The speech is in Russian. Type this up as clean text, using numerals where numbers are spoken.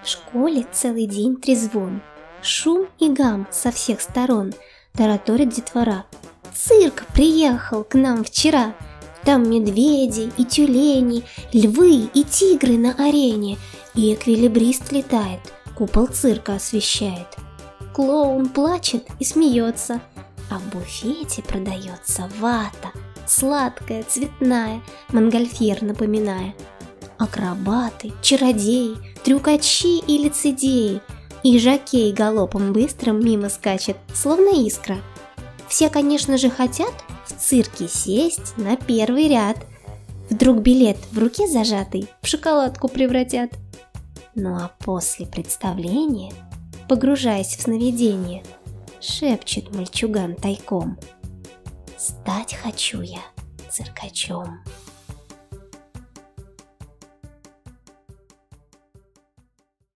В школе целый день трезвон, шум и гам со всех сторон. Тараторит детвора: цирк приехал к нам вчера. Там медведи и тюлени, львы и тигры на арене, и эквилибрист летает, купол цирка освещает. Клоун плачет и смеется, а в буфете продается вата, сладкая, цветная, монгольфьер напоминая. Акробаты, чародеи, трюкачи и лицедеи, и жокей галопом быстрым мимо скачет, словно искра. Все, конечно же, хотят в цирке сесть на первый ряд. Вдруг билет в руке зажатый в шоколадку превратят. Ну а после представления, погружаясь в сновидение, шепчет мальчуган тайком: стать хочу я циркачом.